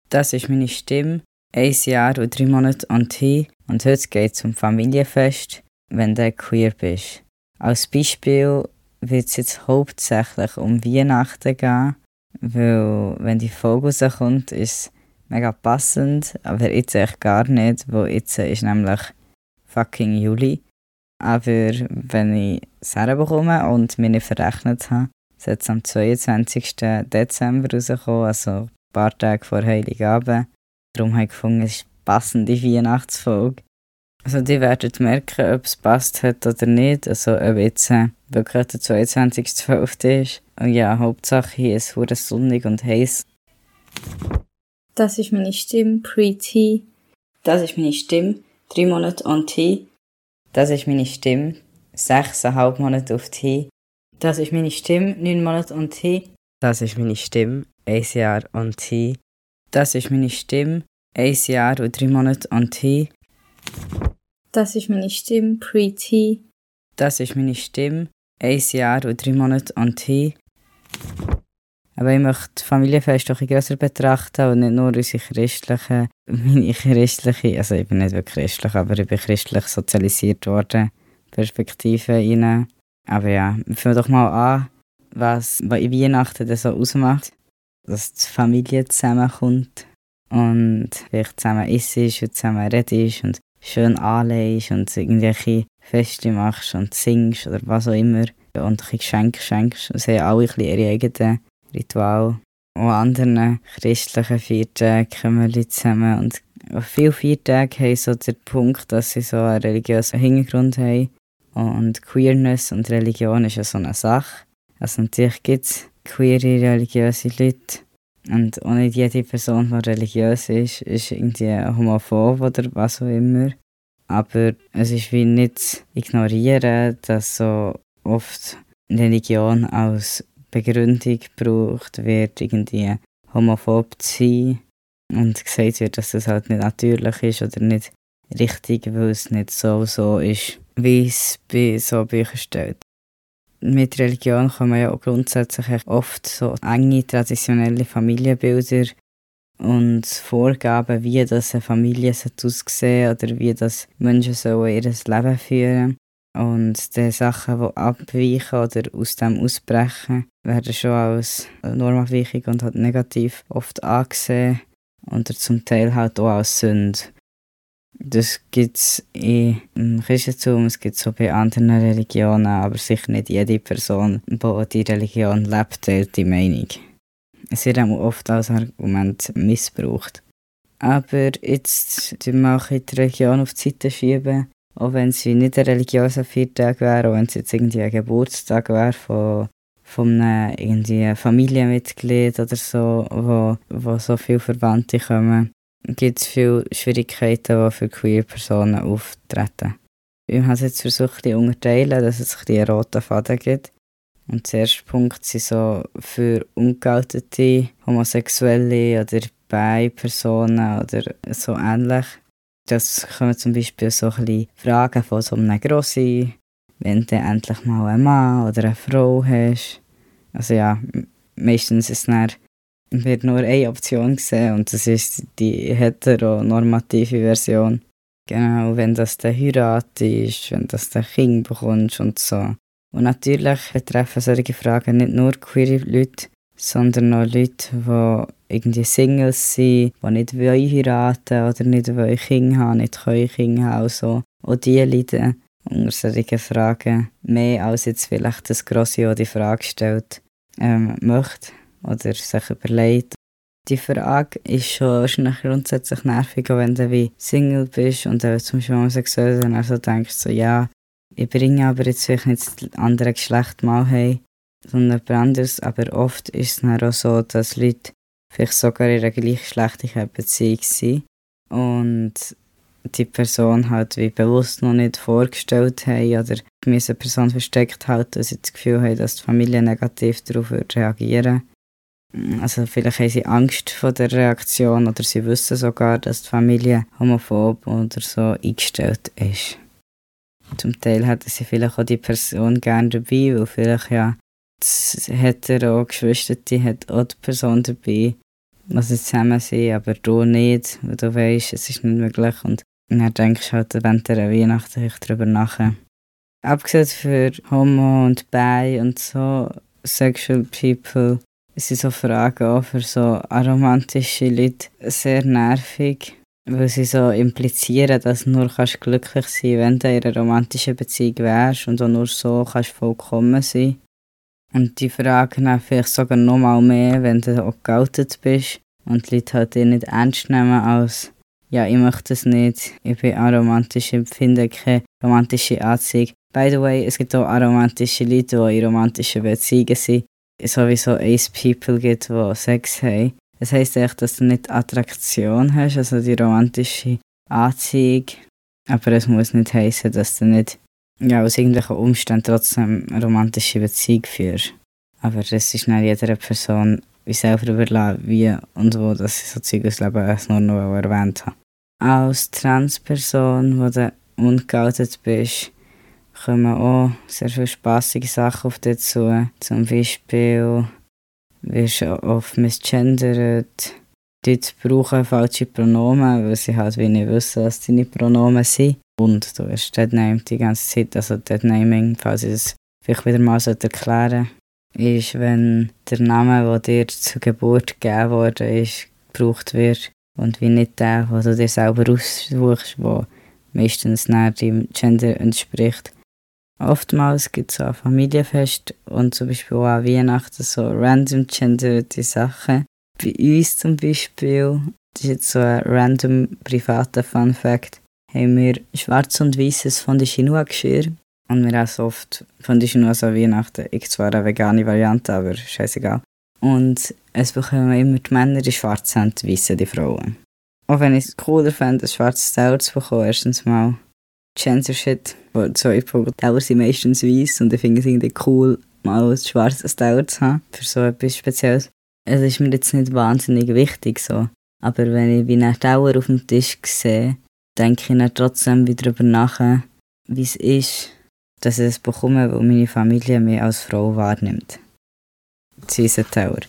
Das ist meine Stimme, 1 Jahr und 3 Monate on T und heute geht es um Familienfest, wenn du queer bist. Als Beispiel wird es jetzt hauptsächlich um Weihnachten gehen, weil wenn die Folge rauskommt, ist es mega passend, aber jetzt echt gar nicht, weil jetzt ist nämlich fucking Juli. Aber wenn ich es herbekomme und mich nicht verrechnet habe, sollte es am 22. Dezember rauskommen, also ein paar Tage vor Heiligabend. Darum habe ich gefunden, es ist eine passende Weihnachtsfolge. Also die werden merken, ob es passt hat oder nicht. Also ob jetzt wirklich der 22.12. ist. Und ja, Hauptsache hier ist es sonnig und heiß. Das ist meine Stimme, Pre-T. Das ist meine Stimme, 3 Monate on T. Das ist meine Stimme, 6,5 Monate auf T. Das ist meine Stimme, 9 Monate on T. Das ist meine Stimme, 1 Jahr on T. Das ist meine Stimme, 1 Jahr und 3 Monate on T. Das ist meine Stimme, Pre-T. Das ist meine Stimme, 1 Jahr und 3 Monate on T. Aber ich möchte Familienfest auch grösser betrachten und nicht nur unsere meine christliche, also ich bin nicht wirklich christlich, aber ich bin christlich sozialisiert worden, Perspektive rein. Aber ja, fangen wir doch mal an, was Weihnachten das so ausmacht. Dass die Familie zusammenkommt und vielleicht zusammen isst und zusammen redest und schön anlegst und irgendwelche Feste machst und singst oder was auch immer und ein bisschen Geschenke schenkst. Es haben alle ein bisschen ihre eigenen Ritual. Auch an anderen christlichen Feiertagen kommen Leute zusammen und viele Feiertage haben so den Punkt, dass sie so einen religiösen Hintergrund haben. Und Queerness und Religion ist ja so eine Sache. Also natürlich gibt es queere, religiöse Leute. Und auch nicht jede Person, die religiös ist irgendwie homophob oder was auch immer. Aber es ist wie nicht zu ignorieren, dass so oft Religion als Begründung gebraucht wird, irgendwie homophob zu sein. Und gesagt wird, dass das halt nicht natürlich ist oder nicht richtig, weil es nicht so ist, wie es bei so Büchern steht. Mit Religion kommen ja auch grundsätzlich oft so enge, traditionelle Familienbilder und Vorgaben, wie das eine Familie aussehen oder wie das Menschen sollen ihr Leben führen. Und die Sachen, die abweichen oder aus dem ausbrechen, werden schon als Normabweichung und halt negativ oft angesehen und zum Teil halt auch als Sünde. Das gibt es im Christentum, es gibt es auch bei anderen Religionen, aber sicher nicht jede Person, die die Religion lebt, teilt die Meinung. Es wird auch oft als Argument missbraucht. Aber jetzt schieben wir auch die Religion auf die Seite schieben, auch wenn sie nicht ein religiöser Feiertag wäre, auch wenn es jetzt irgendwie ein Geburtstag wäre von einem irgendwie Familienmitglied oder so, wo so viele Verwandte kommen, gibt es viele Schwierigkeiten, die für queer Personen auftreten. Ich habe es jetzt versucht zu unterteilen, dass es einen roten Faden gibt. Und der erste Punkt sind so für ungeoutete, homosexuelle oder Bi-Personen oder so ähnlich. Das kommen zum Beispiel so ein bisschen Fragen von so einem Grossi, wenn du endlich mal einen Mann oder eine Frau hast. Also ja, meistens ist es wird nur eine Option gesehen und das ist die heteronormative Version. Genau, wenn das der Heirat ist, wenn das der Kind bekommst und so. Und natürlich betreffen solche Fragen nicht nur queere Leute, sondern auch Leute, die irgendwie Singles sind, die nicht heiraten wollen oder nicht Kinder haben, nicht Kinder haben. Also auch die leiden unter solchen Fragen mehr als jetzt vielleicht das Grosse, das die Frage stellt, möchte oder sich überlegt. Die Frage ist schon wahrscheinlich grundsätzlich nervig, auch wenn du wie Single bist und zum Beispiel homosexuell dann also denkst so, ja, ich bringe aber jetzt vielleicht nicht das andere Geschlecht mal heim, sondern jemand anderes. Aber oft ist es dann auch so, dass Leute vielleicht sogar in einer gleichgeschlechtlichen Beziehung sind und die Person halt wie bewusst noch nicht vorgestellt haben oder eine Person versteckt halten, dass sie das Gefühl haben, dass die Familie negativ darauf reagieren würde. Also vielleicht haben sie Angst vor der Reaktion oder sie wissen sogar, dass die Familie homophob oder so eingestellt ist. Zum Teil hätten sie vielleicht auch die Person gerne dabei, weil vielleicht ja das hetero Geschwisterte hat auch die Person dabei. was sie zusammen sind, aber du nicht, weil du weißt, es ist nicht möglich. Und dann denkst du halt während der Weihnachten darüber nach. Abgesehen für Homo und Bi und so, Sexual People, sind so Fragen auch für so aromantische Leute sehr nervig, weil sie so implizieren, dass du nur kannst glücklich sein, wenn du in einer romantischen Beziehung wärst und auch nur so kannst vollkommen sein. Und die fragen dann vielleicht sogar noch mal mehr, wenn du auch geoutet bist und die Leute halt dich nicht ernst nehmen als «Ja, ich möchte es nicht, ich bin aromantisch, ich empfinde keine romantische Anziehung». By the way, es gibt auch aromantische Leute, die in romantischen Beziehungen sind. Sowieso Ace People gibt, die Sex haben. Das heisst echt, dass du nicht Attraktion hast, also die romantische Anziehung. Aber es muss nicht heissen, dass du nicht aus irgendwelchen Umständen trotzdem eine romantische Beziehung führst. Aber das ist nicht jeder Person wie selber überlassen, wie und wo dass sie so Zeug aus Leben nur noch erwähnt haben. Als Transperson, wo du ungeoutet bist, kommen auch sehr viele spassige Sachen auf dich zu. Zum Beispiel wirst du oft misgendert. Die Leute brauchen falsche Pronomen, weil sie halt wie nicht wissen, was deine Pronomen sind. Und du wirst deadnamed die ganze Zeit. Also Deadnaming, falls ich das vielleicht wieder mal erklären sollte, ist, wenn der Name, der dir zur Geburt gegeben wurde, gebraucht wird und wie nicht der, den du dir selber aussuchst, der meistens nicht deinem Gender entspricht. Oftmals gibt es auch Familienfest und zum Beispiel auch an Weihnachten so random genderte Sachen. Bei uns zum Beispiel, das ist jetzt so ein random privater Fun Fact, haben wir schwarz und weißes von der Chinois-Geschirr. Und wir essen oft von der Chinois an Weihnachten. Ich zwar eine vegane Variante, aber scheißegal. Und es bekommen immer die Männer die schwarzen und die weißen die Frauen. Auch wenn ich es cooler fände, ein schwarzes Teller zu bekommen, erstens mal Gender-Shit. So, Teller sind meistens weiss und ich finde es irgendwie cool, mal ein schwarzes Teller zu haben, für so etwas Spezielles. Es ist mir jetzt nicht wahnsinnig wichtig so, aber wenn ich wie einen Teller auf dem Tisch sehe, denke ich dann trotzdem wieder darüber nach, wie es ist, dass ich es bekomme, weil meine Familie mich als Frau wahrnimmt. Diese Teller.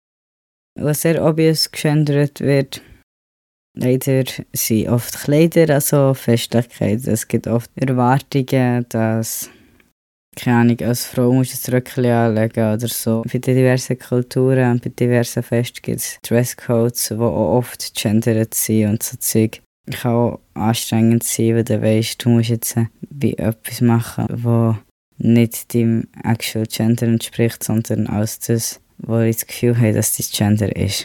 Was sehr obvious gegendert wird, leider sind oft Kleider, also Festlichkeiten. Es gibt oft Erwartungen, dass, keine Ahnung, als Frau musst du ein Röckchen anlegen oder so. Bei diversen Kulturen und bei diversen Festen gibt es Dresscodes, die auch oft gendert sind und so Zeug. Kann auch anstrengend sein, weil du weißt, du musst jetzt wie etwas machen, das nicht deinem actual Gender entspricht, sondern als das, wo ich das Gefühl habe, dass das Gender ist.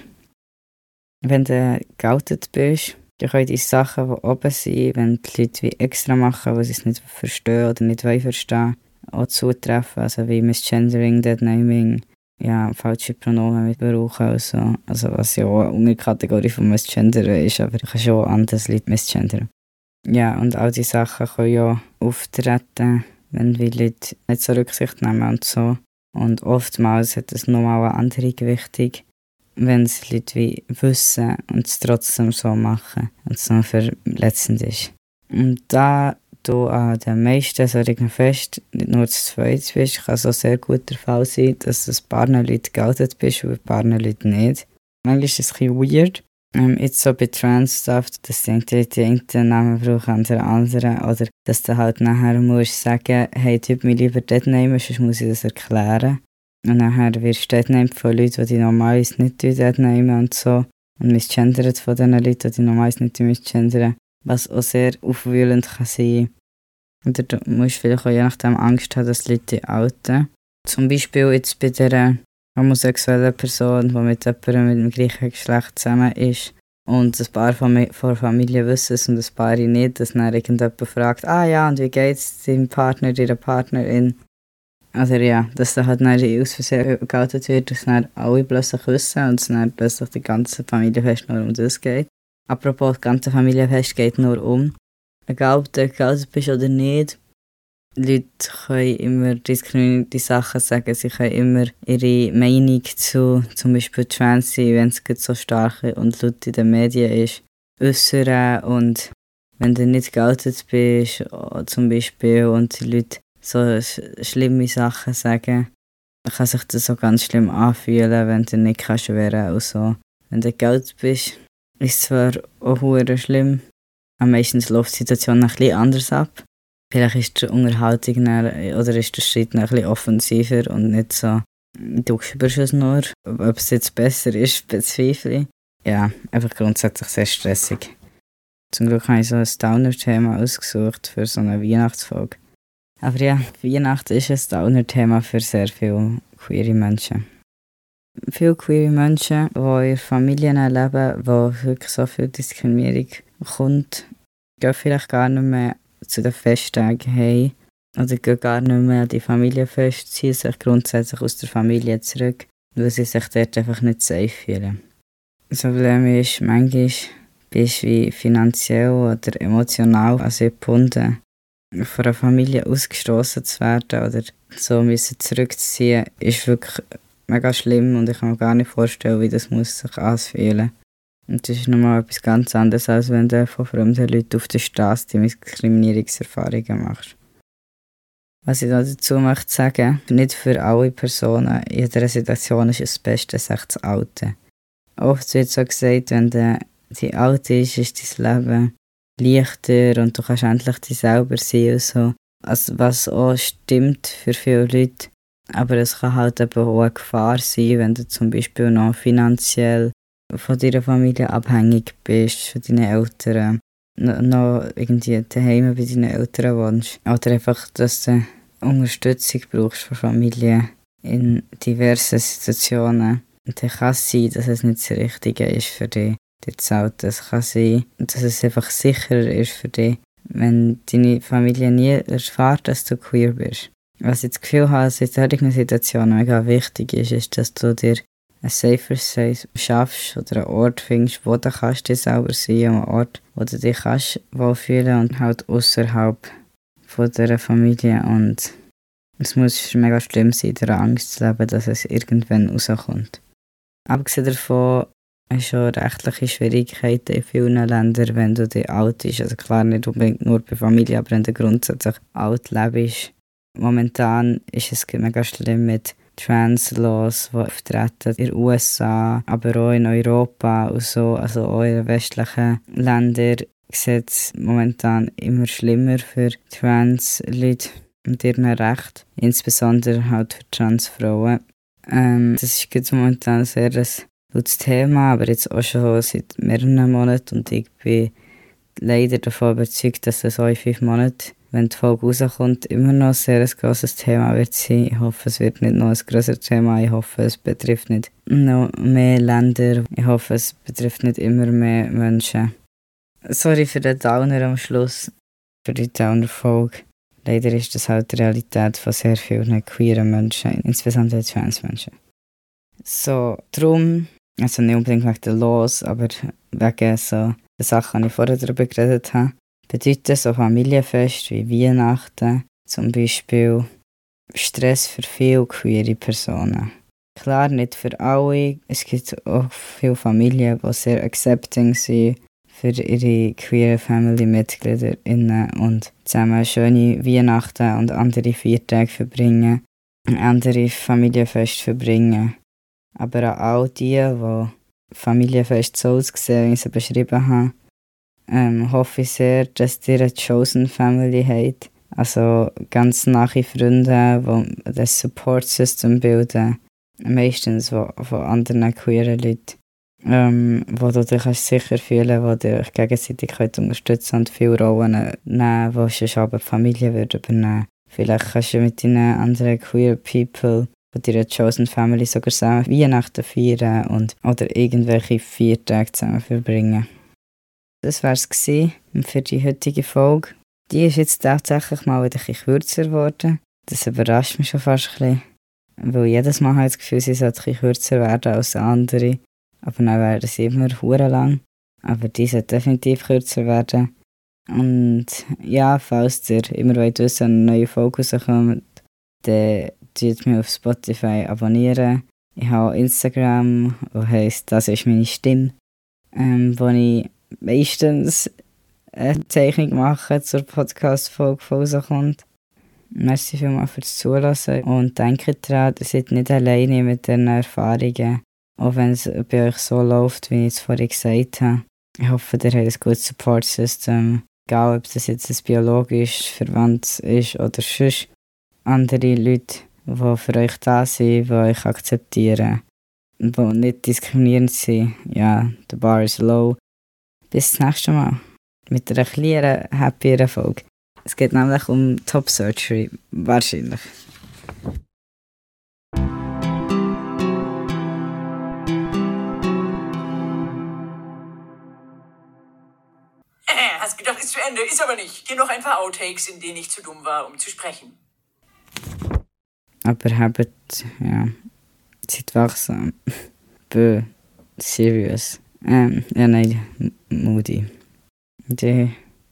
Wenn du geoutet bist, dann können die Sachen, die oben sind, wenn die Leute wie extra machen, weil sie es nicht verstehen oder nicht verstehen wollen, auch zutreffen. Also wie Misgendering, Deadnaming, ja, falsche Pronomen mit brauchen und so. Also was ja auch eine Unterkategorie von Misgendern ist, aber du kannst ja auch anders Leute misgendern. Ja, und all diese Sachen können ja auftreten, wenn die Leute nicht so Rücksicht nehmen und so. Und oftmals hat es nochmal eine andere Gewichtung, wenn es die Leute wie wissen und es trotzdem so machen und es noch verletzend ist. Und da du an den meisten solchen Festen nicht nur zu zweit bist, kann es auch sehr gut der Fall sein, dass ein paar Leute geoutet bist und ein paar Leute nicht. Manchmal ist es ein bisschen weird. Jetzt so bei Trans-Stuff, dass die einen Namen brauchen und den anderen. Oder dass du halt nachher musst sagen, hey, typ mich lieber Deadnamen, sonst muss ich das erklären. Und nachher wirst du Deadnamed von Leuten, die normalerweise nicht Deadnamen und so. Und misgendert von den Leuten, die normalerweise nicht misgendern. Was auch sehr aufwühlend kann sein. Oder du musst vielleicht auch je nachdem Angst haben, dass die Leute dich outen. Zum Beispiel jetzt bei der homosexuellen Person, die mit jemandem mit dem gleichen Geschlecht zusammen ist. Und ein paar von der Familie wissen es und ein paar nicht, dass dann irgendjemand fragt, ja, und wie geht's deinem Partner, deiner Partnerin? Also ja, dass da halt dann aus Versehen geoutet wird, dass dann alle plötzlich wissen und es dann plötzlich die ganze Familienfest nur um das geht. Apropos, das ganze Familienfest geht nur um, egal ob du geoutet bist oder nicht, Leute können immer diskriminierende Sachen sagen, sie können immer ihre Meinung zu zum Beispiel Trans sein, wenn es so stark und laut in den Medien ist, äußern. Und wenn du nicht geoutet bist, zum Beispiel, und die Leute so schlimme Sachen sagen, dann kann sich das so ganz schlimm anfühlen, wenn du nicht kannst wehren und so. Wenn du Geld bist, ist es zwar auch verdammt schlimm, aber meistens läuft die Situation ein bisschen anders ab. Vielleicht ist die Unterhaltung oder ist der Streit ein bisschen offensiver und nicht so, du spürst es nur. Ob es jetzt besser ist, bezweifle ich. Ja, einfach grundsätzlich sehr stressig. Zum Glück habe ich so ein Downer-Thema ausgesucht für so eine Weihnachtsfolge. Aber ja, Weihnachten ist ein Downer-Thema für sehr viele queere Menschen. Viele queere Menschen, die in Familien leben, wo wirklich so viel Diskriminierung kommt, gehen vielleicht gar nicht mehr zu den Festtagen heim oder gehen gar nicht mehr an die Familienfeste, ziehen sich grundsätzlich aus der Familie zurück, weil sie sich dort einfach nicht safe fühlen. Das Problem ist, manchmal bist du wie finanziell oder emotional an sie gebunden. Von einer Familie ausgestoßen zu werden oder so müssen zurückzuziehen, ist wirklich mega schlimm und ich kann mir gar nicht vorstellen, wie das muss sich anfühlen. Und das ist nochmal etwas ganz anderes, als wenn du von fremden Leuten auf der Straße die Diskriminierungserfahrungen machst. Was ich noch dazu möchte sagen, nicht für alle Personen in jeder Situation ist es Beste, sich zu outen. Oft wird so gesagt, wenn du die alt ist dein Leben leichter und du kannst endlich dich selber sein und so. Also, was auch stimmt für viele Leute, aber es kann halt eben auch eine Gefahr sein, wenn du zum Beispiel noch finanziell von deiner Familie abhängig bist, von deinen Eltern, noch irgendwie daheim bei deinen Eltern wohnst. Oder einfach, dass du Unterstützung brauchst von Familie in diversen Situationen. Und dann kann es sein, dass es nicht das Richtige ist für dich, dir zu outen. Es kann sein, dass es einfach sicherer ist für dich, wenn deine Familie nie erfährt, dass du queer bist. Was ich das Gefühl habe, dass in solchen Situationen mega wichtig ist, dass du dir ein safer Space schaffst oder einen Ort findest, wo du kannst dich selber sein, einen Ort, wo du dich kannst wohlfühlen und halt außerhalb von dieser Familie. Und es muss mega schlimm sein, der Angst zu leben, dass es irgendwann rauskommt. Abgesehen davon hast du auch rechtliche Schwierigkeiten in vielen Ländern, wenn du dich outest. Also klar, nicht unbedingt nur bei Familie, aber wenn du grundsätzlich alt lebst. Momentan ist es mega schlimm mit Trans-Laws, die auftreten in den USA, aber auch in Europa und so, also auch in den westlichen Ländern sieht es momentan immer schlimmer für Trans-Leute und ihren Rechten, insbesondere halt für Trans-Frauen. Das ist jetzt momentan sehr ein gutes Thema, aber jetzt auch schon seit mehreren Monaten und ich bin leider davon überzeugt, dass das auch in 5 Monaten, wenn die Folge rauskommt, immer noch ein sehr grosses Thema wird sein. Ich hoffe, es wird nicht noch ein grosses Thema. Ich hoffe, es betrifft nicht noch mehr Länder. Ich hoffe, es betrifft nicht immer mehr Menschen. Sorry für den Downer am Schluss, für die Downer-Folge. Leider ist das halt die Realität von sehr vielen queeren Menschen, insbesondere Trans-Menschen. So, darum, also nicht unbedingt wegen der Laws, aber wegen so der Sachen, die ich vorher darüber geredet habe, bedeuten so Familienfeste wie Weihnachten zum Beispiel Stress für viele queere Personen. Klar, nicht für alle. Es gibt auch viele Familien, die sehr accepting sind für ihre queer Family-MitgliederInnen und zusammen schöne Weihnachten und andere Feiertage verbringen, andere Familienfeste verbringen. Aber auch all die Familienfeste so aussehen, wie ich sie beschrieben habe, hoffe ich sehr, dass ihr eine Chosen Family habt. Also ganz nahe Freunde, die das Support System bilden. Meistens von anderen queeren Leuten. Wo du dich sicher fühlen kannst, wo ihr euch gegenseitig unterstützen könnt und viele Rollen nehmen, die sonst aber die Familie würde übernehmen. Vielleicht kannst du mit deinen anderen queer People von deiner Chosen Family sogar zusammen Weihnachten feiern oder irgendwelche Feiertage zusammen verbringen. Das war es für die heutige Folge. Die ist jetzt tatsächlich mal wieder ein bisschen kürzer geworden. Das überrascht mich schon fast ein bisschen. Weil jedes Mal habe ich das Gefühl, sie sollte ein bisschen kürzer werden als andere. Aber dann werden sie immer hure lang. Aber die sollte definitiv kürzer werden. Und ja, falls ihr immer wollt wissen, eine neue Folge rauskommt, dann tut mich auf Spotify abonnieren. Ich habe Instagram, das heisst, das ist meine Stimme, wo ich meistens eine Zeichnung mache zur Podcast-Folge, die rauskommt. Merci vielmals fürs Zuhören und denkt daran, ihr seid nicht alleine mit diesen Erfahrungen. Auch wenn es bei euch so läuft, wie ich es vorhin gesagt habe. Ich hoffe, ihr habt ein gutes Support-System. Egal, ob das jetzt ein biologisch verwandt ist oder sonst andere Leute, die für euch da sind, die euch akzeptieren, die nicht diskriminierend sind. Ja, the bar is low. Bis zum nächsten Mal. Mit einer kleinen, happieren Folge. Es geht nämlich um Top Surgery. Wahrscheinlich. Hast gedacht, ist zu Ende, ist aber nicht. Hier noch ein paar Outtakes, in denen ich zu dumm war, um zu sprechen. Aber habt, ja, seid wachsam. Bö, serious. Ja, nein, moody. Die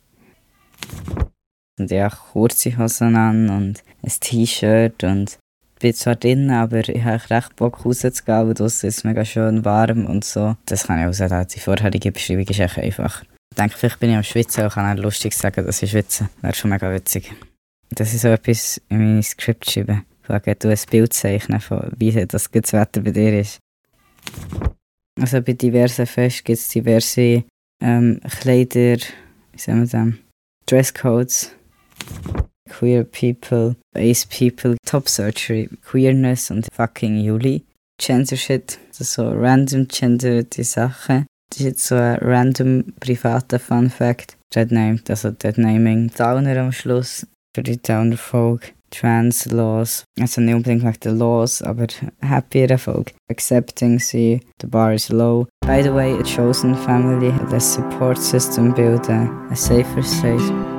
kurze Hosen an und ein T-Shirt und ich bin zwar drin, aber ich habe recht Bock rauszugehen, weil draussen ist es mega schön warm und so. Das kann ich auslassen. Die vorherige Beschreibung ist echt einfach. Ich denke, vielleicht bin ich am Schwitzen und kann auch lustig sagen, dass ich schwitze. Wäre schon mega witzig. Dass ich so etwas in meine Skript schreibe. Vielleicht du ein Bild zeichnen, von wie das Wetter bei dir ist. Also bei diversen Festen gibt es diverse Kleider, wie sagen wir das? Dresscodes, Queer People, Ace People, Top Surgery, Queerness und fucking Juli. Gender Shit, das so random genderte Sachen. Das ist jetzt so ein random privater Fun Fact. Deadnamed, also Deadnaming. Downer am Schluss für die Downer-Folge. Trans Laws, also nicht unbedingt wegen der Laws, aber happier Erfolg. Accepting sie, the bar is low. By the way, a chosen family, a support system builden, a safer space.